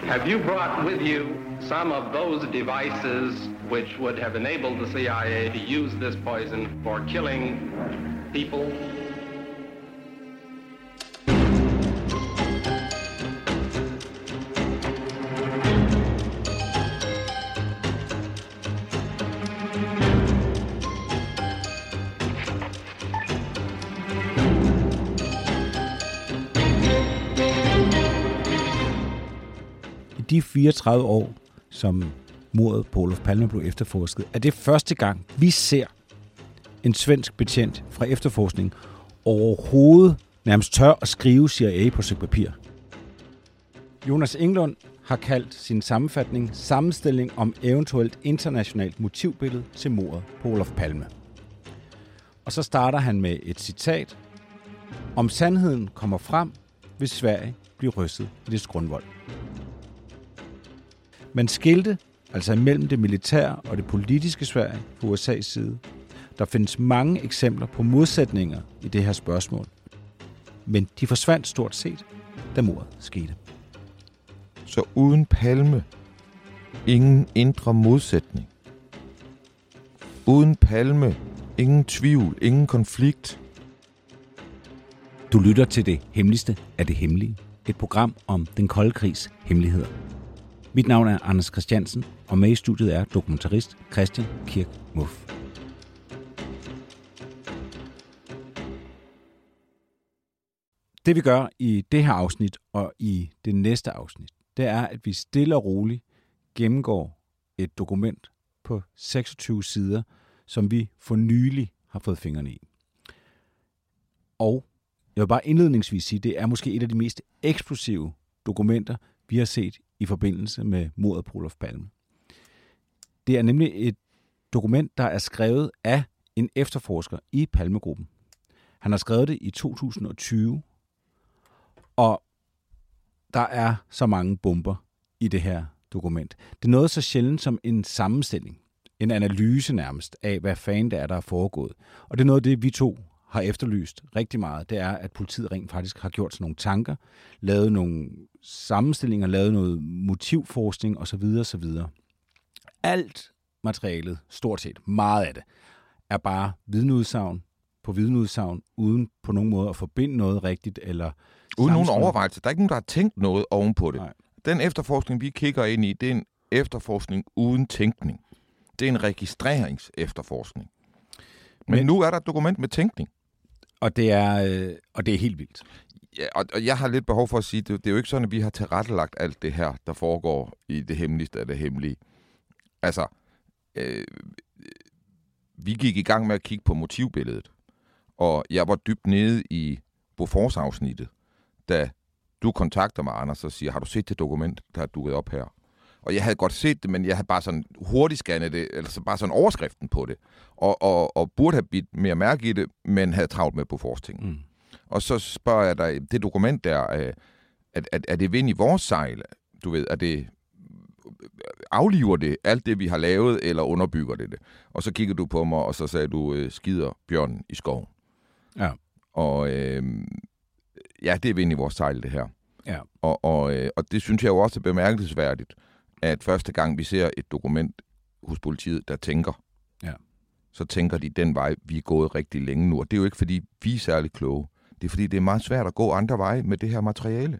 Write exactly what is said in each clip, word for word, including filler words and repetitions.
Have you brought with you some of those devices which would have enabled the C I A to use this poison for killing people? De fireogtredive år, som mordet på Olof Palme blev efterforsket, er det første gang, vi ser en svensk betjent fra efterforskning overhovedet nærmest tør at skrive C I A på stykke papir. Jonas Englund har kaldt sin sammenfatning sammenstilling om eventuelt internationalt motivbillede til mordet på Olof Palme. Og så starter han med et citat: om sandheden kommer frem, vil Sverige blive rystet i dets grundvold. Man skilte altså imellem det militære og det politiske Sverige på U S A's side. Der findes mange eksempler på modsætninger i det her spørgsmål. Men de forsvandt stort set, da mordet skete. Så uden Palme, ingen indre modsætning. Uden Palme, ingen tvivl, ingen konflikt. Du lytter til det hemmeligste af det hemmelige. Et program om den kolde krigs hemmeligheder. Mit navn er Anders Christiansen, og med i studiet er dokumentarist Christian Kirk Muff. Det vi gør i det her afsnit og i det næste afsnit, det er, at vi stille og roligt gennemgår et dokument på seksogtyve sider, som vi for nylig har fået fingrene i. Og jeg vil bare indledningsvis sige, at det er måske et af de mest eksplosive dokumenter, vi har set i forbindelse med mordet på Olof Palme. Det er nemlig et dokument, der er skrevet af en efterforsker i Palmegruppen. Han har skrevet det i to tusind og tyve, og der er så mange bomber i det her dokument. Det er noget så sjældent som en sammenstilling, en analyse nærmest af, hvad fanden det er, der er foregået. Og det er noget af det, vi to har efterlyst rigtig meget, det er, at politiet rent faktisk har gjort sig nogle tanker, lavet nogle sammenstillinger, lavet noget motivforskning osv. osv. Alt materialet, stort set meget af det, er bare vidneudsagn på vidneudsagn, uden på nogen måde at forbinde noget rigtigt. Eller uden nogen overvejelse. Der er ikke nogen, der har tænkt noget ovenpå det. Nej. Den efterforskning, vi kigger ind i, det er en efterforskning uden tænkning. Det er en registreringsefterforskning. Men, Men nu er der et dokument med tænkning. Og det er, øh, og det er helt vildt. Ja, og, og jeg har lidt behov for at sige, det, det er jo ikke sådan, at vi har tilrettelagt alt det her, der foregår i det hemmeligste af det hemmelige. Altså, øh, vi gik i gang med at kigge på motivbilledet, og jeg var dybt nede i Bofors-afsnittet, da du kontakter mig, Anders, og siger, har du set det dokument, der er dukket op her? Og jeg havde godt set det, men jeg havde bare sådan hurtigt scannet det, altså bare sådan overskriften på det, og, og, og burde have bidt mere mærke i det, men havde travlt med Bofors-ting. Mm. Og så spørger jeg dig, det dokument der, er, er, er det vind i vores sejl? Du ved, er det, afliver det alt det, vi har lavet, eller underbygger det det? Og så kiggede du på mig, og så sagde du, skider bjørnen i skoven. Ja. Og øh, ja, det er vind i vores sejl, det her. Ja. Og, og, øh, og det synes jeg jo også er bemærkelsesværdigt, at første gang vi ser et dokument hos politiet, der tænker, ja. så tænker de den vej, vi er gået rigtig længe nu. Og det er jo ikke, fordi vi er særlig kloge. Det er, fordi det er meget svært at gå andre veje med det her materiale.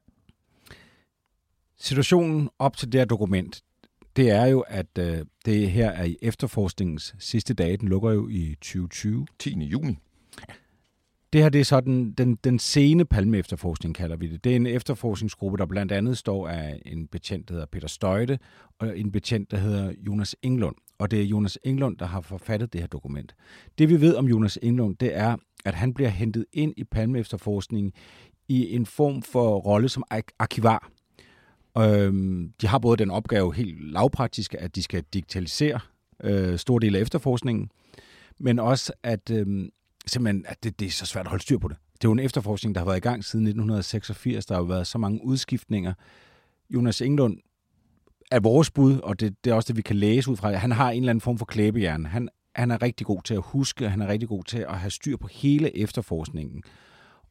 Situationen op til det her dokument, det er jo, at øh, det her er i efterforskningens sidste dage. Den lukker jo i tyve tyve. tiende juni. Det her det er så den, den, den sene Palme-efterforskning, kalder vi det. Det er en efterforskningsgruppe, der blandt andet står af en betjent, der hedder Peter Støjte, og en betjent, der hedder Jonas Englund. Og det er Jonas Englund, der har forfattet det her dokument. Det vi ved om Jonas Englund, det er, at han bliver hentet ind i Palme-efterforskningen i en form for rolle som arkivar. Øhm, de har både den opgave helt lavpraktiske, at de skal digitalisere øh, store dele af efterforskningen, men også at øh, simpelthen, at det, det er så svært at holde styr på det. Det er jo en efterforskning, der har været i gang siden nitten seksogfirs. Der har jo været så mange udskiftninger. Jonas Englund er vores bud, og det, det er også det, vi kan læse ud fra. Han har en eller anden form for klæbehjerne. Han, han er rigtig god til at huske, han er rigtig god til at have styr på hele efterforskningen.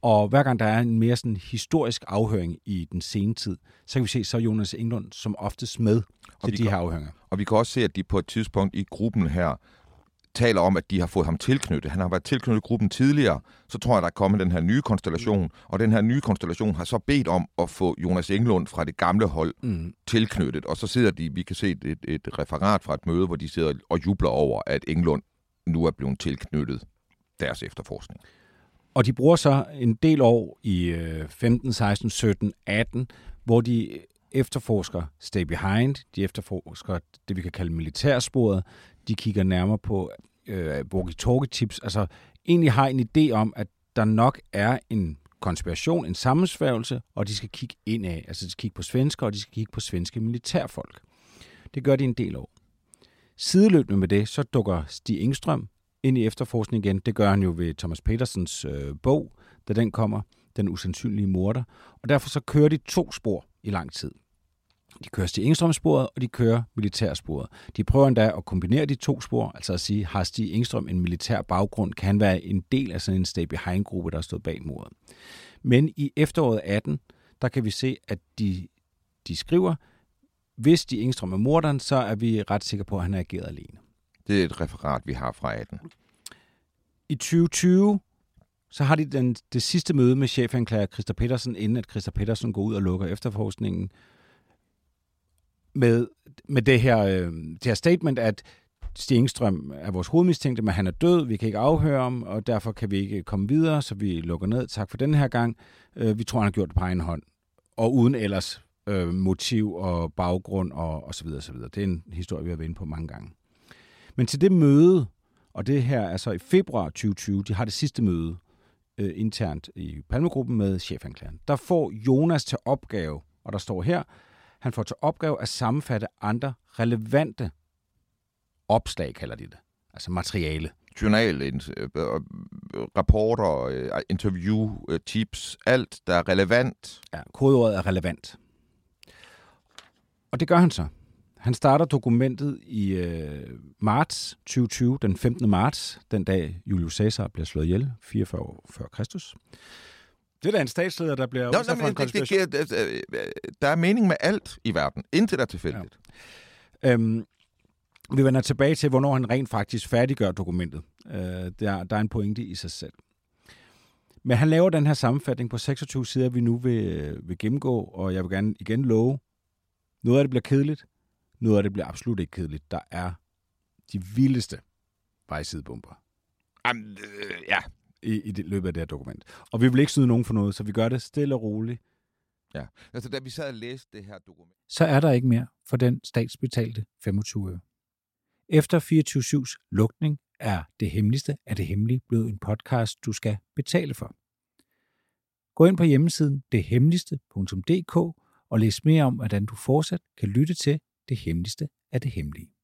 Og hver gang der er en mere sådan historisk afhøring i den sene tid, så kan vi se, så er Jonas Englund som oftest med til de kan, her afhøringer. Og vi kan også se, at de på et tidspunkt i gruppen her taler om, at de har fået ham tilknyttet. Han har været tilknyttet gruppen tidligere. Så tror jeg, der er kommet den her nye konstellation. Mm. Og den her nye konstellation har så bedt om at få Jonas Englund fra det gamle hold mm. tilknyttet. Og så sidder de, vi kan se et, et referat fra et møde, hvor de sidder og jubler over, at Englund nu er blevet tilknyttet deres efterforskning. Og de bruger så en del år i femten, seksten, sytten, atten, hvor de efterforsker Stay Behind, de efterforsker det, vi kan kalde militærsporet, de kigger nærmere på øh, walkie-talkie-tips, altså egentlig har en idé om, at der nok er en konspiration, en sammensværgelse, og de skal kigge indad, altså de skal kigge på svensker, og de skal kigge på svenske militærfolk. Det gør de en del år. Sideløbende med det, så dukker Stig Engström ind i efterforskning igen. Det gør han jo ved Thomas Petersens øh, bog, da den kommer, Den usandsynlige morder. Og derfor så kører de to spor i lang tid. De kører Stig Engström-sporet, og de kører militærsporet. De prøver endda at kombinere de to spor, altså at sige, har Stig Engström en militær baggrund, kan han være en del af sådan en Stay Behind-gruppe, der stod bag mordet. Men i efteråret atten, der kan vi se, at de, de skriver, hvis Stig Engström er morderen, så er vi ret sikre på, at han er ageret alene. Det er et referat, vi har fra atten. I tyve tyve, så har de den, det sidste møde med chefanklager Christer Petersen, inden at Christer Petersen går ud og lukker efterforskningen, med, med det, her, øh, det her statement, at Stig Engström er vores hovedmistænkte, men han er død, vi kan ikke afhøre ham, og derfor kan vi ikke komme videre, så vi lukker ned. Tak for den her gang. Øh, vi tror, han har gjort det på egen hånd, og uden ellers øh, motiv og baggrund og, og så videre, så videre. Det er en historie, vi har været inde på mange gange. Men til det møde, og det her er så i februar tyve tyve, de har det sidste møde øh, internt i Palmegruppen med chefanklageren. Der får Jonas til opgave, og der står her, han får til opgave at sammenfatte andre relevante opslag, kalder de det. Altså materiale. Journal, rapporter, interview, tips, alt, der er relevant. Ja, kodeordet er relevant. Og det gør han så. Han starter dokumentet i øh, marts tyve tyve, den femtende marts, den dag Julius Caesar bliver slået ihjel, fireogfyrre år før Kristus. Det er da en statsleder, der bliver udsat for en konspiration. Det, det, det, der er mening med alt i verden. Intet er tilfældigt. Ja. Øhm, vi vender tilbage til, hvornår han rent faktisk færdiggør dokumentet. Øh, der, der er en pointe i sig selv. Men han laver den her sammenfatning på seksogtyve sider, vi nu vil, vil gennemgå, og jeg vil gerne igen love, noget af det bliver kedeligt, noget af det bliver absolut ikke kedeligt. Der er de vildeste vejsidebomber. Um, øh, ja. I, i det, løbet af det her dokument. Og vi vil ikke snyde nogen for noget, så vi gør det stille og roligt. Ja, altså da vi sad og læste det her dokument... Så er der ikke mere for den statsbetalte femogtyve øre. Efter fireogtyve syvs lukning er Det Hemmeligste af det Hemmelige blevet en podcast, du skal betale for. Gå ind på hjemmesiden det hemmeligste punktum d k og læs mere om, hvordan du fortsat kan lytte til Det Hemmeligste af det Hemmelige.